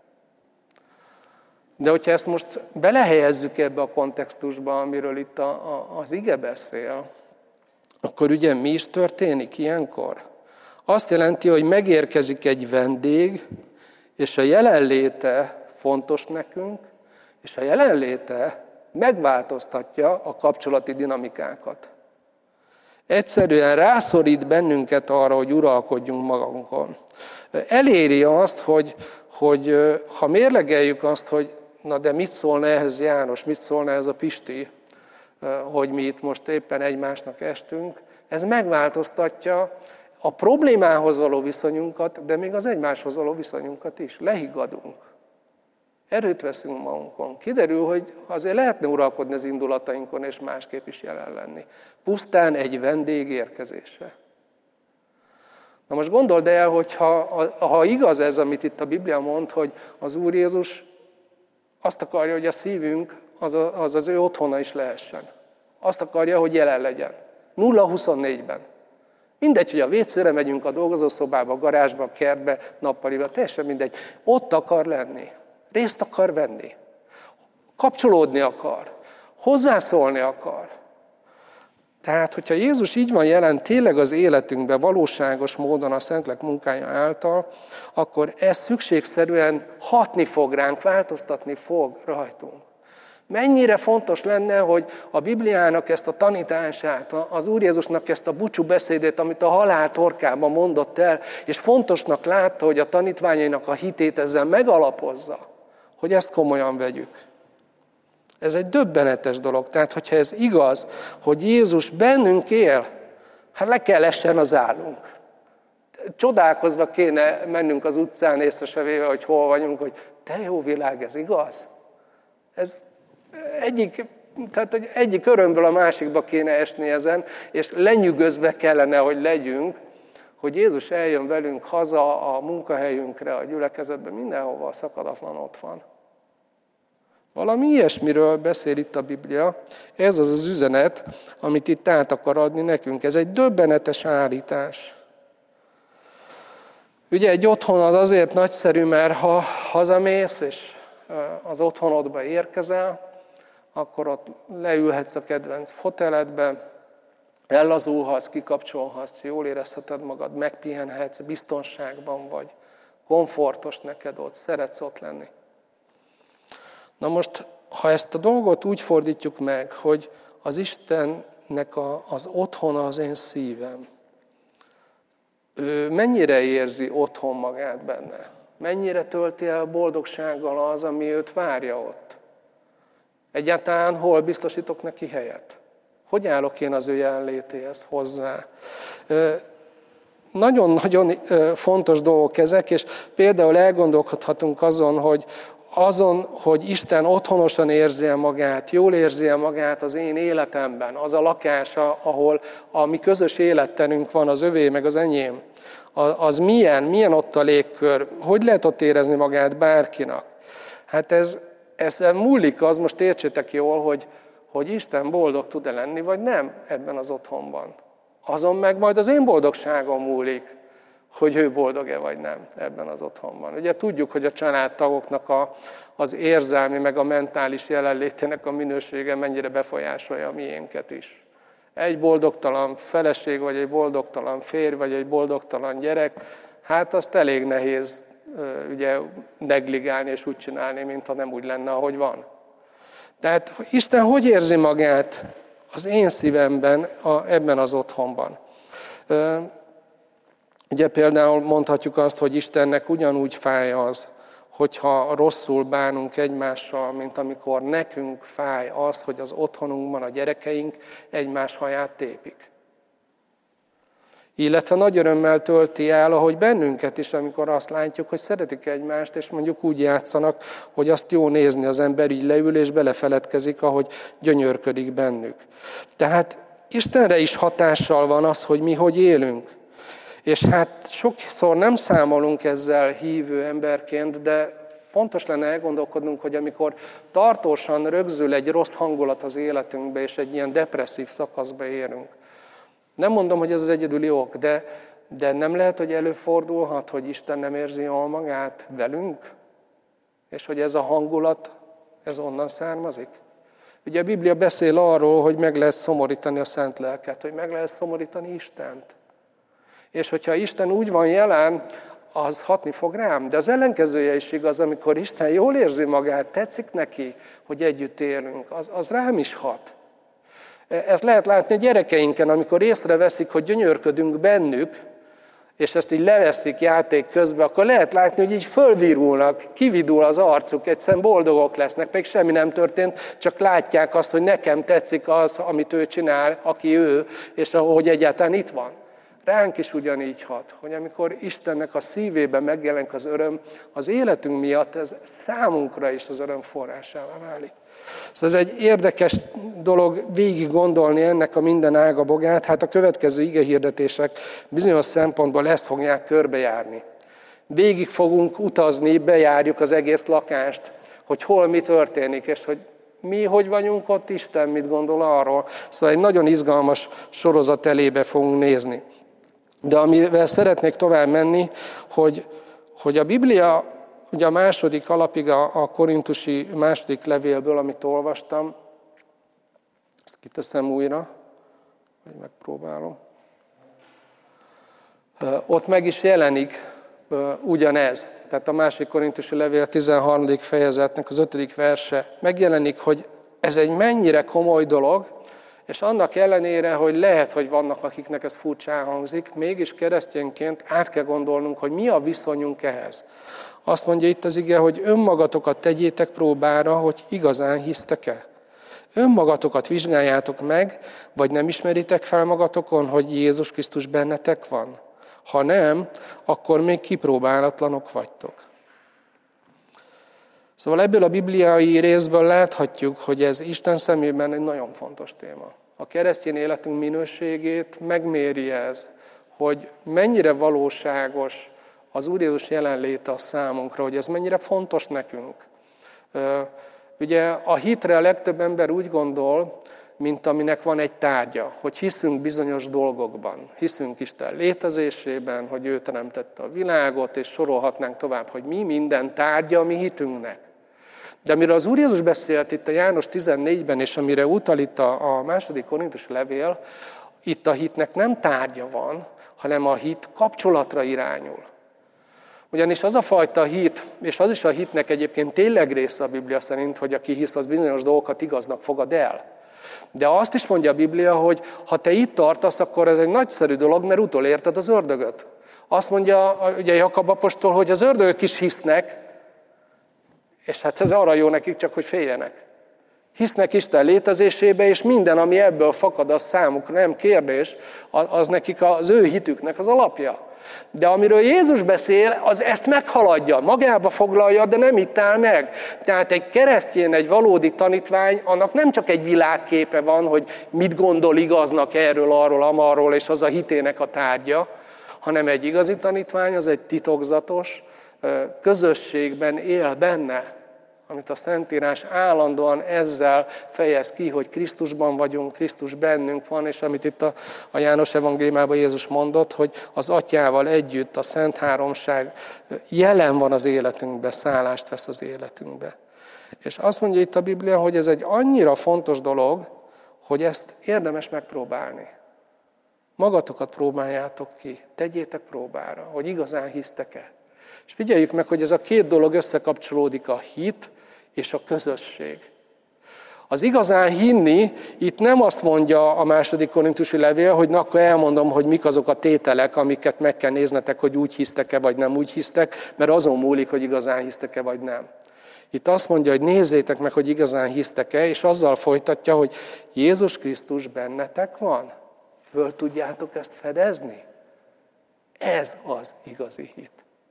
De hogyha ezt most belehelyezzük ebbe a kontextusba, amiről itt a, a, az ige beszél, akkor ugye mi is történik ilyenkor? Azt jelenti, hogy megérkezik egy vendég, és a jelenléte fontos nekünk, és a jelenléte megváltoztatja a kapcsolati dinamikákat. Egyszerűen rászorít bennünket arra, hogy uralkodjunk magunkon. Eléri azt, hogy, hogy ha mérlegeljük azt, hogy na de mit szólna ehhez János, mit szólna ez a Pisti, hogy mi itt most éppen egymásnak estünk, ez megváltoztatja a problémához való viszonyunkat, de még az egymáshoz való viszonyunkat is. Lehiggadunk. Erőt veszünk magunkon. Kiderül, hogy azért lehetne uralkodni az indulatainkon, és másképp is jelen lenni. Pusztán egy vendég érkezése. Na most gondold el, hogy ha, ha igaz ez, amit itt a Biblia mond, hogy az Úr Jézus azt akarja, hogy a szívünk az, a, az az ő otthona is lehessen. Azt akarja, hogy jelen legyen. nulla huszonnégyben. Mindegy, hogy a vécére megyünk, a dolgozószobába, a garázsba, a kertbe, nappaliba, teljesen mindegy. Ott akar lenni. Részt akar venni. Kapcsolódni akar. Hozzászólni akar. Tehát, hogyha Jézus így van jelen tényleg az életünkben valóságos módon a Szentlélek munkája által, akkor ez szükségszerűen hatni fog ránk, változtatni fog rajtunk. Mennyire fontos lenne, hogy a Bibliának ezt a tanítását, az Úr Jézusnak ezt a búcsú beszédét, amit a halál torkában mondott el, és fontosnak látta, hogy a tanítványainak a hitét ezzel megalapozza, hogy ezt komolyan vegyük. Ez egy döbbenetes dolog. Tehát, hogyha ez igaz, hogy Jézus bennünk él, hát le kell essen az állunk. Csodálkozva kéne mennünk az utcán, észre se véve, hogy hol vagyunk, hogy te jó világ, ez igaz? Ez egyik, tehát, hogy egyik örömből a másikba kéne esni ezen, és lenyűgözve kellene, hogy legyünk, hogy Jézus eljön velünk haza a munkahelyünkre, a gyülekezetbe, mindenhova szakadatlan ott van. Valami ilyesmiről beszél itt a Biblia. Ez az az üzenet, amit itt át akar adni nekünk. Ez egy döbbenetes állítás. Ugye egy otthon az azért nagyszerű, mert ha hazamész, és az otthonodba érkezel, akkor ott leülhetsz a kedvenc foteledbe, ellazulhatsz, kikapcsolhatsz, jól érezheted magad, megpihenhetsz, biztonságban vagy, komfortos neked ott, szeretsz ott lenni. Na most, ha ezt a dolgot úgy fordítjuk meg, hogy az Istennek a, az otthona az én szívem, ő mennyire érzi otthon magát benne? Mennyire tölti el boldogsággal az, ami őt várja ott? Egyáltalán hol biztosítok neki helyet? Hogy állok én az ő jelenlétéhez hozzá? Nagyon-nagyon fontos dolgok ezek, és például elgondolkodhatunk azon, hogy azon, hogy Isten otthonosan érzi magát, jól érzi magát az én életemben, az a lakása, ahol a mi közös életterünk van, az övé meg az enyém, az milyen, milyen ott a légkör, hogy lehet ott érezni magát bárkinak. Hát ez, ez múlik az, most értsétek jól, hogy, hogy Isten boldog tud-e lenni, vagy nem ebben az otthonban. Azon meg majd az én boldogságom múlik, hogy ő boldog-e vagy nem ebben az otthonban. Ugye tudjuk, hogy a családtagoknak a, az érzelmi, meg a mentális jelenlétének a minősége mennyire befolyásolja a miénket is. Egy boldogtalan feleség, vagy egy boldogtalan férj, vagy egy boldogtalan gyerek, hát azt elég nehéz ugye, negligálni és úgy csinálni, mintha nem úgy lenne, ahogy van. Tehát Isten hogy érzi magát az én szívemben, a, ebben az otthonban? Ugye például mondhatjuk azt, hogy Istennek ugyanúgy fáj az, hogyha rosszul bánunk egymással, mint amikor nekünk fáj az, hogy az otthonunkban a gyerekeink egymás haját tépik. Illetve nagy örömmel tölti el, ahogy bennünket is, amikor azt látjuk, hogy szeretik egymást, és mondjuk úgy játszanak, hogy azt jó nézni, az ember így leül és belefeledkezik, ahogy gyönyörködik bennük. Tehát Istenre is hatással van az, hogy mi hogy élünk. És hát sokszor nem számolunk ezzel hívő emberként, de fontos lenne elgondolkodnunk, hogy amikor tartósan rögzül egy rossz hangulat az életünkbe, és egy ilyen depresszív szakaszba érünk. Nem mondom, hogy ez az egyedüli ok, de, de nem lehet, hogy előfordulhat, hogy Isten nem érzi jól magát velünk, és hogy ez a hangulat, ez onnan származik. Ugye a Biblia beszél arról, hogy meg lehet szomorítani a szent lelket, hogy meg lehet szomorítani Istent. És hogyha Isten úgy van jelen, az hatni fog rám. De az ellenkezője is igaz, amikor Isten jól érzi magát, tetszik neki, hogy együtt élünk, az, az rám is hat. Ezt lehet látni a gyerekeinken, amikor észreveszik, hogy gyönyörködünk bennük, és ezt így leveszik játék közben, akkor lehet látni, hogy így fölvirulnak, kividul az arcuk, egyszerűen boldogok lesznek, pedig semmi nem történt, csak látják azt, hogy nekem tetszik az, amit ő csinál, aki ő, és ahogy egyáltalán itt van. Ránk is ugyanígy hat, hogy amikor Istennek a szívében megjelenik az öröm, az életünk miatt ez számunkra is az öröm forrásává válik. Szóval ez egy érdekes dolog végig gondolni ennek a minden ágabogát, hát a következő igehirdetések bizonyos szempontból ezt fogják körbejárni. Végig fogunk utazni, bejárjuk az egész lakást, hogy hol mi történik, és hogy mi hogy vagyunk ott, Isten mit gondol arról. Szóval egy nagyon izgalmas sorozat elébe fogunk nézni. De amivel szeretnék tovább menni, hogy, hogy a Biblia, ugye a második alapig a, a korintusi második levélből, amit olvastam, ezt kiteszem újra, vagy megpróbálom. Ott meg is jelenik ugyanez. Tehát a második korintusi levél tizenharmadik fejezetnek az ötödik verse megjelenik, hogy ez egy mennyire komoly dolog, és annak ellenére, hogy lehet, hogy vannak, akiknek ez furcsán hangzik, mégis keresztényként át kell gondolnunk, hogy mi a viszonyunk ehhez. Azt mondja itt az ige, hogy önmagatokat tegyétek próbára, hogy igazán hisztek-e. Önmagatokat vizsgáljátok meg, vagy nem ismeritek fel magatokon, hogy Jézus Krisztus bennetek van? Ha nem, akkor még kipróbálatlanok vagytok. Szóval ebből a bibliai részből láthatjuk, hogy ez Isten szemében egy nagyon fontos téma. A keresztény életünk minőségét megméri ez, hogy mennyire valóságos az Úr Jézus jelenléte a számunkra, hogy ez mennyire fontos nekünk. Ugye a hitre a legtöbb ember úgy gondol, mint aminek van egy tárgya, hogy hiszünk bizonyos dolgokban. Hiszünk Isten létezésében, hogy ő teremtette a világot, és sorolhatnánk tovább, hogy mi minden tárgya a mi hitünknek. De amire az Úr Jézus beszélt itt a János tizennégyben, és amire utal itt a, a második korintusi levél, itt a hitnek nem tárgya van, hanem a hit kapcsolatra irányul. Ugyanis az a fajta hit, és az is a hitnek egyébként tényleg része a Biblia szerint, hogy aki hisz, az bizonyos dolgokat igaznak fogad el. De azt is mondja a Biblia, hogy ha te itt tartasz, akkor ez egy nagyszerű dolog, mert utolérted az ördögöt. Azt mondja ugye Jakab apostol, hogy az ördögök is hisznek, és hát ez arra jó nekik, csak hogy féljenek. Hisznek Isten létezésébe, és minden, ami ebből fakad, az számukra nem kérdés, az nekik az ő hitüknek az alapja. De amiről Jézus beszél, az ezt meghaladja, magába foglalja, de nem itt áll meg. Tehát egy keresztény, egy valódi tanítvány, annak nem csak egy világképe van, hogy mit gondol igaznak erről, arról, amarról, és az a hitének a tárgya, hanem egy igazi tanítvány, az egy titokzatos, közösségben él benne, amit a Szentírás állandóan ezzel fejez ki, hogy Krisztusban vagyunk, Krisztus bennünk van, és amit itt a, a János evangéliumában Jézus mondott, hogy az Atyával együtt a Szent Háromság jelen van az életünkbe, szállást vesz az életünkbe. És azt mondja itt a Biblia, hogy ez egy annyira fontos dolog, hogy ezt érdemes megpróbálni. Magatokat próbáljátok ki, tegyétek próbára, hogy igazán hisztek-e. És figyeljük meg, hogy ez a két dolog összekapcsolódik, a hit és a közösség. Az igazán hinni, itt nem azt mondja a második korintusi levél, hogy na, akkor elmondom, hogy mik azok a tételek, amiket meg kell néznetek, hogy úgy hisztek-e, vagy nem úgy hisztek, mert azon múlik, hogy igazán hisztek-e, vagy nem. Itt azt mondja, hogy nézzétek meg, hogy igazán hisztek-e, és azzal folytatja, hogy Jézus Krisztus bennetek van. Föl tudjátok ezt fedezni? Ez az igazi hit.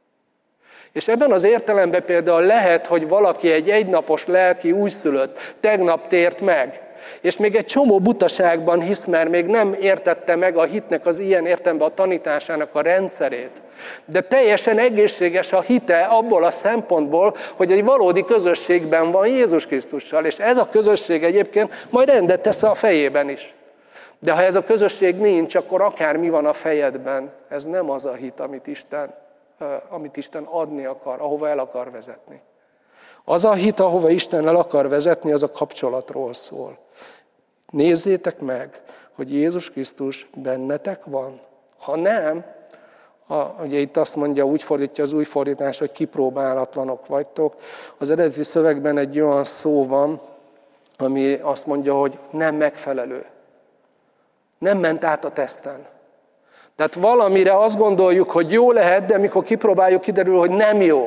És ebben az értelemben például lehet, hogy valaki egy egynapos lelki újszülött, tegnap tért meg, és még egy csomó butaságban hisz, mert még nem értette meg a hitnek az ilyen értelemben a tanításának a rendszerét. De teljesen egészséges a hite abból a szempontból, hogy egy valódi közösségben van Jézus Krisztussal, és ez a közösség egyébként majd rendet tesz a fejében is. De ha ez a közösség nincs, akkor akármi van a fejedben, ez nem az a hit, amit Isten amit Isten adni akar, ahova el akar vezetni. Az a hit, ahova Isten el akar vezetni, az a kapcsolatról szól. Nézzétek meg, hogy Jézus Krisztus bennetek van. Ha nem, a, ugye itt azt mondja, úgy fordítja az új fordítás, hogy kipróbálatlanok vagytok. Az eredeti szövegben egy olyan szó van, ami azt mondja, hogy nem megfelelő. Nem ment át a teszten. Tehát valamire azt gondoljuk, hogy jó lehet, de mikor kipróbáljuk, kiderül, hogy nem jó.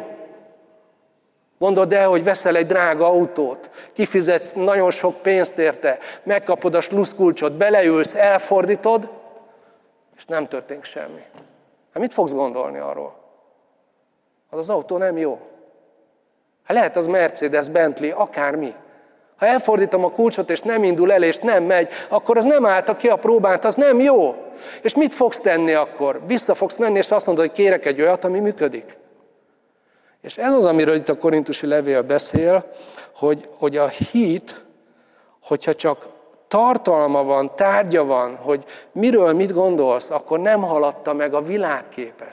Gondold el, hogy veszel egy drága autót, kifizetsz nagyon sok pénzt érte, megkapod a sluszkulcsot, beleülsz, elfordítod, és nem történik semmi. Hát mit fogsz gondolni arról? Az az autó nem jó. Hát lehet az Mercedes, Bentley, akármi. Ha elfordítom a kulcsot, és nem indul el, és nem megy, akkor az nem állta ki a próbát, az nem jó. És mit fogsz tenni akkor? Vissza fogsz menni, és azt mondod, hogy kérek egy olyat, ami működik. És ez az, amiről itt a korintusi levél beszél, hogy, hogy a hit, hogyha csak tartalma van, tárgya van, hogy miről mit gondolsz, akkor nem haladta meg a világképet.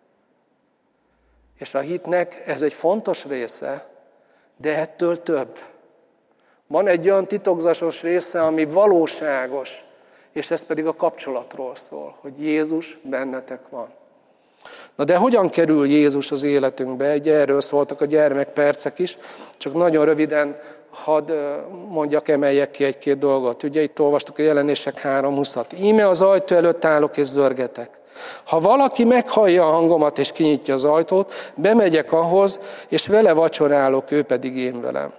És a hitnek ez egy fontos része, de ettől több. Van egy olyan titokzatos része, ami valóságos, és ez pedig a kapcsolatról szól, hogy Jézus bennetek van. Na de hogyan kerül Jézus az életünkbe? Egy erről szóltak a gyermekpercek is, csak nagyon röviden hadd mondjak, emeljek ki egy-két dolgot. Ugye itt olvastuk a Jelenések három huszat. Íme az ajtó előtt állok és zörgetek. Ha valaki meghallja a hangomat és kinyitja az ajtót, bemegyek ahhoz, és vele vacsorálok, ő pedig én velem.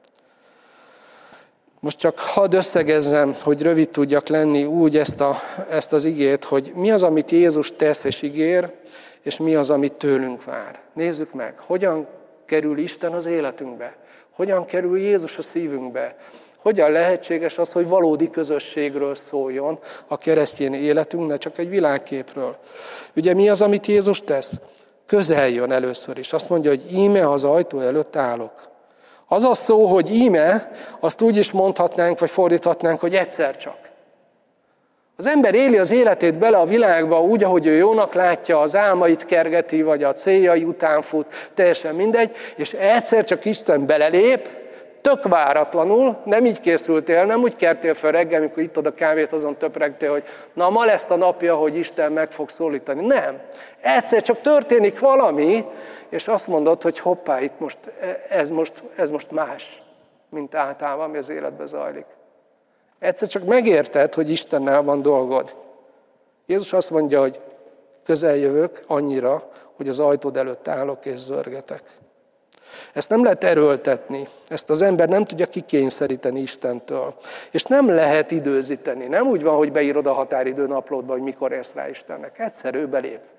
Most csak hadd összegezzem, hogy rövid tudjak lenni úgy ezt, a, ezt az igét, hogy mi az, amit Jézus tesz és ígér, és mi az, amit tőlünk vár. Nézzük meg, hogyan kerül Isten az életünkbe, hogyan kerül Jézus a szívünkbe, hogyan lehetséges az, hogy valódi közösségről szóljon a keresztény életünk, ne csak egy világképről. Ugye mi az, amit Jézus tesz? Közel jön először is. Azt mondja, hogy íme az ajtó előtt állok. Az a szó, hogy íme, azt úgy is mondhatnánk, vagy fordíthatnánk, hogy egyszer csak. Az ember éli az életét bele a világba úgy, ahogy ő jónak látja, az álmait kergeti, vagy a céljai után fut, teljesen mindegy, és egyszer csak Isten belelép, tök váratlanul, nem így készültél, nem úgy kertél fel reggel, amikor ittad a kávét, azon töpregtél, hogy na ma lesz a napja, hogy Isten meg fog szólítani. Nem. Egyszer csak történik valami, és azt mondod, hogy hoppá, itt most, ez, most, ez most más, mint általában, ami az életben zajlik. Egyszer csak megérted, hogy Istennel van dolgod. Jézus azt mondja, hogy közel jövök annyira, hogy az ajtód előtt állok és zörgetek. Ezt nem lehet erőltetni, ezt az ember nem tudja kikényszeríteni Istentől. És nem lehet időzíteni. Nem úgy van, hogy beírod a határidő naplódba, hogy mikor érsz rá Istennek. Egyszer ő belép.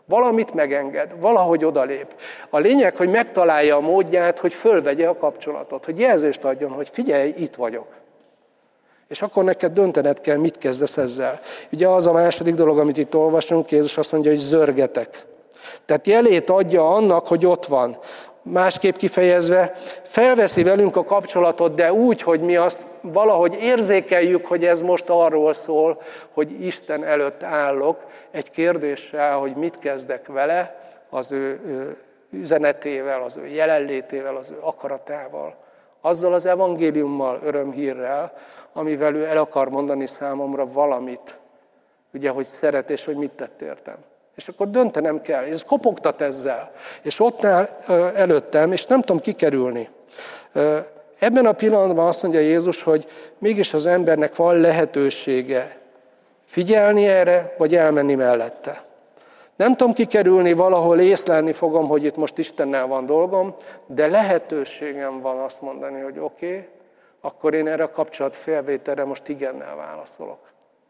Valamit megenged, valahogy odalép. A lényeg, hogy megtalálja a módját, hogy fölvegye a kapcsolatot, hogy jelzést adjon, hogy figyelj, itt vagyok. És akkor neked döntened kell, mit kezdesz ezzel. Ugye az a második dolog, amit itt olvasunk, Jézus azt mondja, hogy zörgetek. Tehát jelét adja annak, hogy ott van. Másképp kifejezve, felveszi velünk a kapcsolatot, de úgy, hogy mi azt valahogy érzékeljük, hogy ez most arról szól, hogy Isten előtt állok egy kérdéssel, hogy mit kezdek vele, az ő, ő üzenetével, az ő jelenlétével, az ő akaratával. Azzal az evangéliummal, örömhírrel, amivel ő el akar mondani számomra valamit. Ugye, hogy szeret és hogy mit tett értem. És akkor döntenem kell, és kopogtat ezzel. És ott áll előttem, és nem tudom kikerülni. Ebben a pillanatban azt mondja Jézus, hogy mégis az embernek van lehetősége figyelni erre, vagy elmenni mellette. Nem tudom kikerülni, valahol észlelni fogom, hogy itt most Istennel van dolgom, de lehetőségem van azt mondani, hogy oké, okay, akkor én erre a kapcsolat felvételre most igennel válaszolok.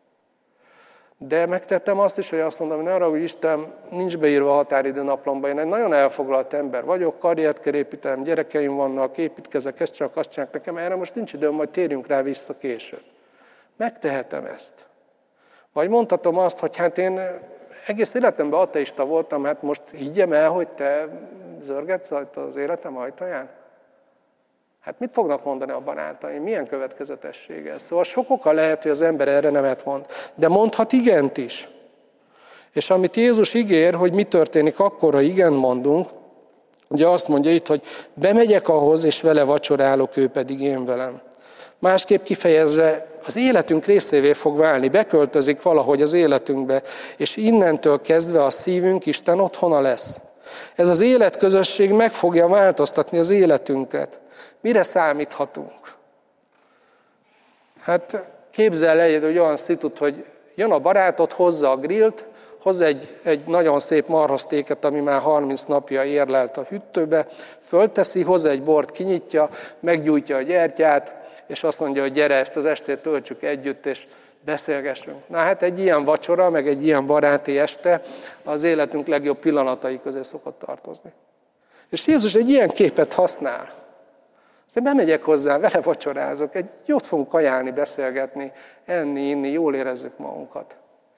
De megtettem azt is, hogy azt mondom, hogy ne arra, hogy Isten, nincs beírva a határidő naplomba, én egy nagyon elfoglalt ember vagyok, karriert kell építenem, gyerekeim vannak, építkezek, ezt csak, azt csinálok nekem, erre most nincs időm, majd térjünk rá vissza később. Megtehetem ezt. Vagy mondhatom azt, hogy hát én egész életemben ateista voltam, hát most higgyem el, hogy te zörgetsz az életem ajtaján? Hát mit fognak mondani a barátaim? Milyen következetessége? Szóval sok oka lehet, hogy az ember erre nemet mond. De mondhat igent is. És amit Jézus ígér, hogy mi történik akkor, ha igen mondunk, ugye azt mondja itt, hogy bemegyek ahhoz, és vele vacsorálok, ő pedig én velem. Másképp kifejezve, az életünk részévé fog válni, beköltözik valahogy az életünkbe, és innentől kezdve a szívünk Isten otthona lesz. Ez az életközösség meg fogja változtatni az életünket. Mire számíthatunk? Hát képzel el egy olyan szitut, hogy jön a barátod, hozza a grillt, hozza egy, egy nagyon szép marhasztéket, ami már harminc napja érlelt a hűtőbe, fölteszi, hozza egy bort, kinyitja, meggyújtja a gyertyát, és azt mondja, hogy gyere, ezt az estét töltsük együtt, és beszélgessünk. Na hát egy ilyen vacsora, meg egy ilyen baráti este az életünk legjobb pillanatai közé szokott tartozni. És Jézus egy ilyen képet használ. Szóval bemegyek hozzá, vele vacsorázok, egy jót fogunk kajálni, beszélgetni, enni, inni, jól érezzük magunkat.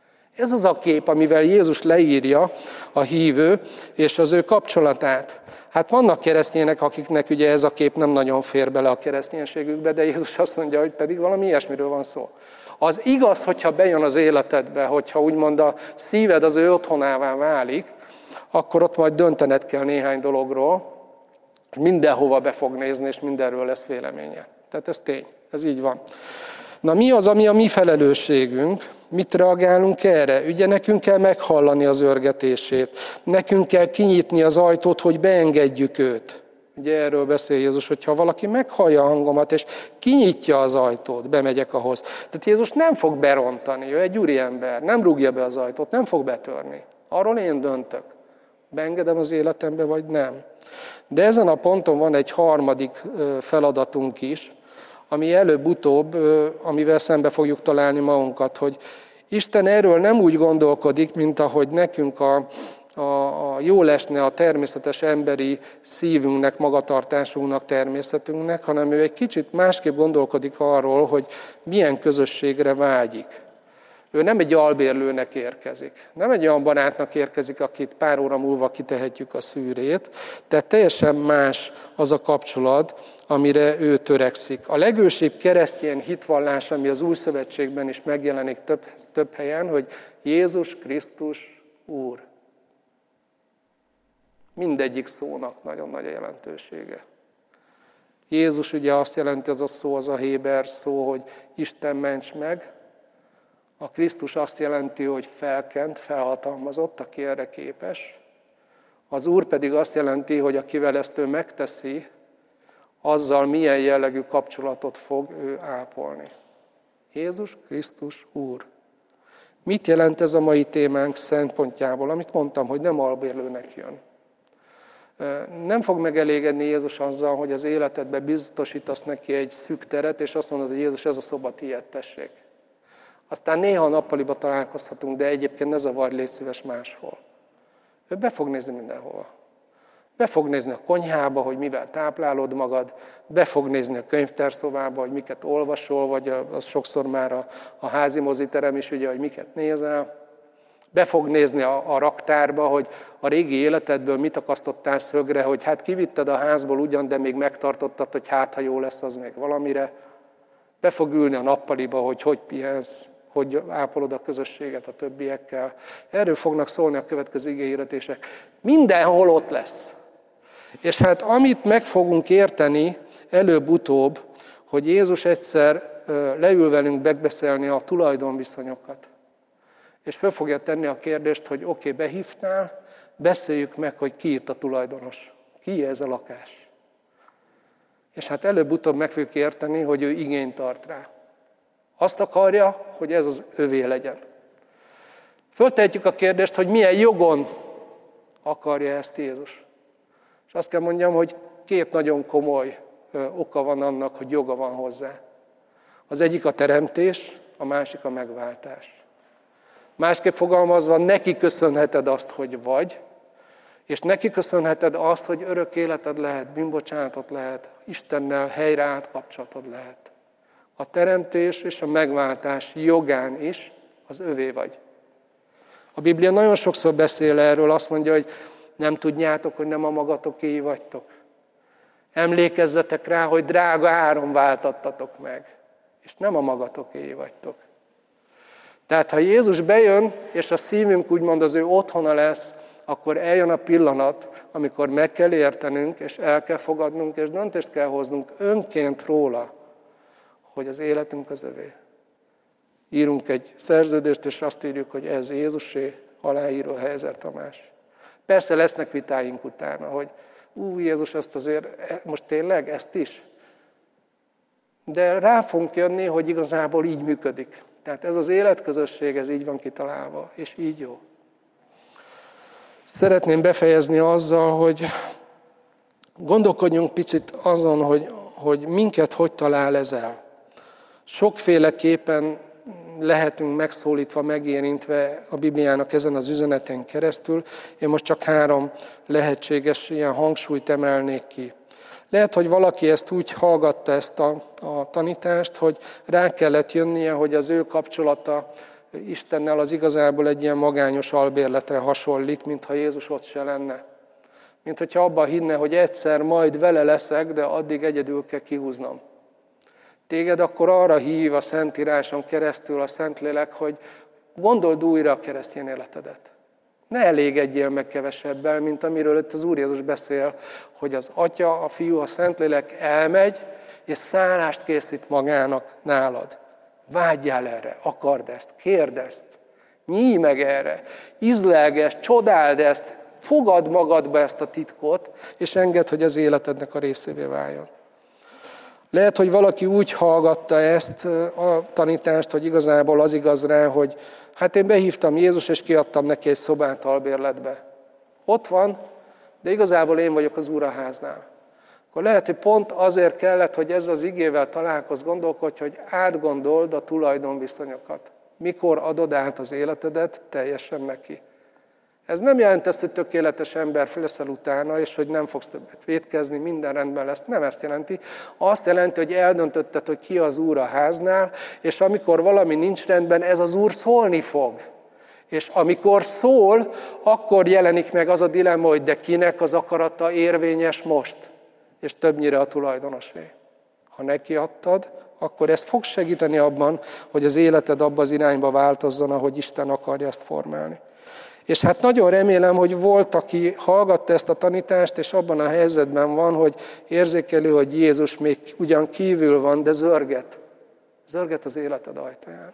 Ez az a kép, amivel Jézus leírja a hívő és az ő kapcsolatát. Hát vannak keresztények, akiknek ugye ez a kép nem nagyon fér bele a kereszténységükbe, de Jézus azt mondja, hogy pedig valami ilyesmiről van szó. Az igaz, hogyha bejön az életedbe, hogyha úgymond a szíved az ő otthonává válik, akkor ott majd döntened kell néhány dologról, mindenhova be fog nézni, és mindenről lesz véleménye. Tehát ez tény, ez így van. Na mi az, ami a mi felelősségünk? Mit reagálunk erre? Ugye nekünk kell meghallani az örgetését. Nekünk kell kinyitni az ajtót, hogy beengedjük őt. Ugye erről beszél Jézus, hogyha valaki meghallja a hangomat, és kinyitja az ajtót, bemegyek ahhoz. Tehát Jézus nem fog berontani, ő egy úriember, nem rúgja be az ajtót, nem fog betörni. Arról én döntök. Beengedem az életembe, vagy nem. De ezen a ponton van egy harmadik feladatunk is, ami előbb-utóbb, amivel szembe fogjuk találni magunkat, hogy Isten erről nem úgy gondolkodik, mint ahogy nekünk a, a, a jól esne a természetes emberi szívünknek, magatartásunknak, természetünknek, hanem ő egy kicsit másképp gondolkodik arról, hogy milyen közösségre vágyik. Ő nem egy albérlőnek érkezik. Nem egy olyan barátnak érkezik, akit pár óra múlva kitehetjük a szűrét. Tehát teljesen más az a kapcsolat, amire ő törekszik. A legősibb keresztény hitvallás, ami az Új Szövetségben is megjelenik több, több helyen, hogy Jézus Krisztus Úr. Mindegyik szónak nagyon nagy a jelentősége. Jézus ugye azt jelenti, az a szó, az a héber szó, hogy Isten ments meg. A Krisztus azt jelenti, hogy felkent, felhatalmazott, aki erre képes. Az Úr pedig azt jelenti, hogy akivel ezt ő megteszi, azzal milyen jellegű kapcsolatot fog ő ápolni. Jézus Krisztus Úr. Mit jelent ez a mai témánk szempontjából, amit mondtam, hogy nem albérlőnek jön? Nem fog megelégedni Jézus azzal, hogy az életedbe biztosítasz neki egy szűk teret, és azt mondod, hogy Jézus, ez a szoba tiéd, tessék. Aztán néha nappaliba találkozhatunk, de egyébként ne zavarj, légy szíves máshol. Ő be fog nézni mindenhova. Be fog nézni a konyhába, hogy mivel táplálod magad, be fog nézni a könyvtárszobába, hogy miket olvasol, vagy az sokszor már a, a házi moziterem is, ugye, hogy miket nézel. Be fog nézni a, a raktárba, hogy a régi életedből mit akasztottál szögre, hogy hát kivitted a házból ugyan, de még megtartottad, hogy hát, ha jó lesz, az még valamire. Be fog ülni a nappaliba, hogy hogy pihensz, hogy ápolod a közösséget a többiekkel. Erről fognak szólni a következő igéhirdetések. Mindenhol ott lesz. És hát amit meg fogunk érteni előbb-utóbb, hogy Jézus egyszer leül velünk megbeszélni a tulajdonviszonyokat. És föl fogja tenni a kérdést, hogy oké, okay, behívtál, beszéljük meg, hogy ki itt a tulajdonos. Ki ez a lakás? És hát előbb-utóbb meg fogjuk érteni, hogy ő igényt tart rá. Azt akarja, hogy ez az övé legyen. Föltehetjük a kérdést, hogy milyen jogon akarja ezt Jézus. És azt kell mondjam, hogy két nagyon komoly oka van annak, hogy joga van hozzá. Az egyik a teremtés, a másik a megváltás. Másképp fogalmazva, neki köszönheted azt, hogy vagy, és neki köszönheted azt, hogy örök életed lehet, bűnbocsánatot lehet, Istennel helyreállt kapcsolatod lehet. A teremtés és a megváltás jogán is az övé vagy. A Biblia nagyon sokszor beszél erről, azt mondja, hogy nem tudjátok, hogy nem a magatokéi vagytok. Emlékezzetek rá, hogy drága áron váltattatok meg, és nem a magatokéi vagytok. Tehát, ha Jézus bejön, és a szívünk úgymond az ő otthona lesz, akkor eljön a pillanat, amikor meg kell értenünk, és el kell fogadnunk, és döntést kell hoznunk önként róla, hogy az életünk az övé. Írunk egy szerződést, és azt írjuk, hogy ez Jézusé, aláíró Heizer Tamás. Persze lesznek vitáink utána, hogy ú, Jézus, ezt azért, most tényleg ezt is? De rá fogunk jönni, hogy igazából így működik. Tehát ez az életközösség, ez így van kitalálva, és így jó. Szeretném befejezni azzal, hogy gondolkodjunk picit azon, hogy, hogy minket hogy talál ez el. Sokféleképpen lehetünk megszólítva, megérintve a Bibliának ezen az üzeneten keresztül. Én most csak három lehetséges ilyen hangsúlyt emelnék ki. Lehet, hogy valaki ezt úgy hallgatta, ezt a, a tanítást, hogy rá kellett jönnie, hogy az ő kapcsolata Istennel az igazából egy ilyen magányos albérletre hasonlít, mintha Jézus ott se lenne. Mint hogyha abban hinne, hogy egyszer majd vele leszek, de addig egyedül kell kihúznom. Téged akkor arra hív a Szentíráson keresztül a Szentlélek, hogy gondold újra a keresztény életedet. Ne elégedjél meg kevesebbel, mint amiről itt az Úr Jézus beszél, hogy az Atya, a Fiú, a Szentlélek elmegy, és szállást készít magának nálad. Vágyjál erre, akard ezt, kérd ezt, nyíj meg erre, ízlelgesd, csodáld ezt, fogad magadba ezt a titkot, és engedd, hogy az életednek a részévé váljon. Lehet, hogy valaki úgy hallgatta ezt a tanítást, hogy igazából az igaz rá, hogy hát én behívtam Jézus, és kiadtam neki egy szobát albérletbe. Ott van, de igazából én vagyok az úraháznál. Akkor lehet, hogy pont azért kellett, hogy ez az igével találkozz, gondolkodj, hogy átgondold a tulajdonviszonyokat. Mikor adod át az életedet teljesen neki. Ez nem jelent ezt, hogy tökéletes ember leszel utána, és hogy nem fogsz többet vétkezni, minden rendben lesz. Nem ezt jelenti. Azt jelenti, hogy eldöntötted, hogy ki az Úr a háznál, és amikor valami nincs rendben, ez az Úr szólni fog. És amikor szól, akkor jelenik meg az a dilemma, hogy de kinek az akarata érvényes most, és többnyire a tulajdonosé. Ha neki adtad, akkor ez fog segíteni abban, hogy az életed abba az irányba változzon, ahogy Isten akarja ezt formálni. És hát nagyon remélem, hogy volt, aki hallgatta ezt a tanítást, és abban a helyzetben van, hogy érzékelő, hogy Jézus még ugyan kívül van, de zörget. Zörget az életed ajtaján.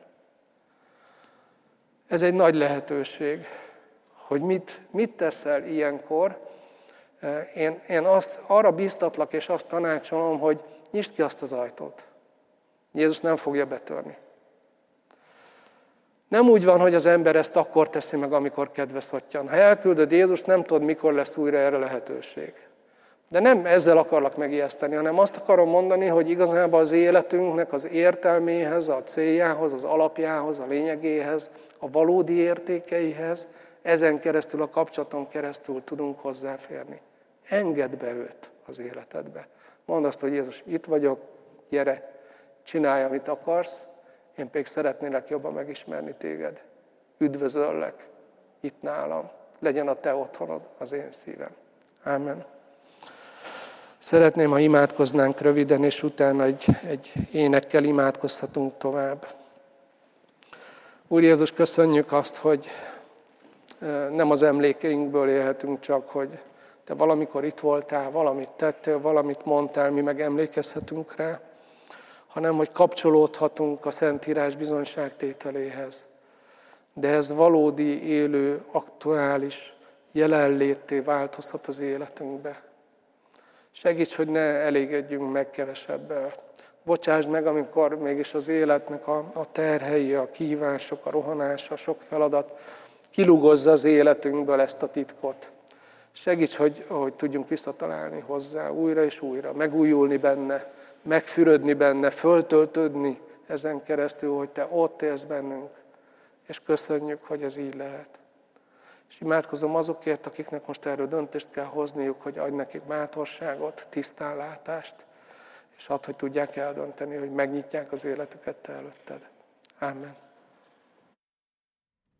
Ez egy nagy lehetőség, hogy mit, mit teszel ilyenkor. Én, én azt arra bíztatlak, és azt tanácsolom, hogy nyisd ki azt az ajtót. Jézus nem fogja betörni. Nem úgy van, hogy az ember ezt akkor teszi meg, amikor kedve szottyan. Ha elküldöd Jézust, nem tudod, mikor lesz újra erre lehetőség. De nem ezzel akarlak megijeszteni, hanem azt akarom mondani, hogy igazából az életünknek az értelméhez, a céljához, az alapjához, a lényegéhez, a valódi értékeihez, ezen keresztül, a kapcsolaton keresztül tudunk hozzáférni. Engedd be őt az életedbe. Mondd azt, hogy Jézus, itt vagyok, gyere, csinálj, amit akarsz, én pedig szeretnélek jobban megismerni téged. Üdvözöllek itt nálam. Legyen a te otthonod, az én szívem. Ámen. Szeretném, ha imádkoznánk röviden, és utána egy, egy énekkel imádkozhatunk tovább. Úr Jézus, köszönjük azt, hogy nem az emlékeinkből élhetünk csak, hogy te valamikor itt voltál, valamit tettél, valamit mondtál, mi meg emlékezhetünk rá, hanem hogy kapcsolódhatunk a Szentírás bizonyságtételéhez. De ez valódi, élő, aktuális jelenlétté változhat az életünkbe. Segíts, hogy ne elégedjünk meg kevesebbel. Bocsásd meg, amikor mégis az életnek a, a terhei, a kihívások, a rohanás, a sok feladat kilugozza az életünkből ezt a titkot. Segíts, hogy, hogy tudjunk visszatalálni hozzá újra és újra, megújulni benne, megfürödni benne, föltöltődni ezen keresztül, hogy te ott élsz bennünk. És köszönjük, hogy ez így lehet. És imádkozom azokért, akiknek most erről döntést kell hozniuk, hogy adj nekik bátorságot, tisztánlátást, és add, hogy tudják eldönteni, hogy megnyitják az életüket te előtted. Ámen.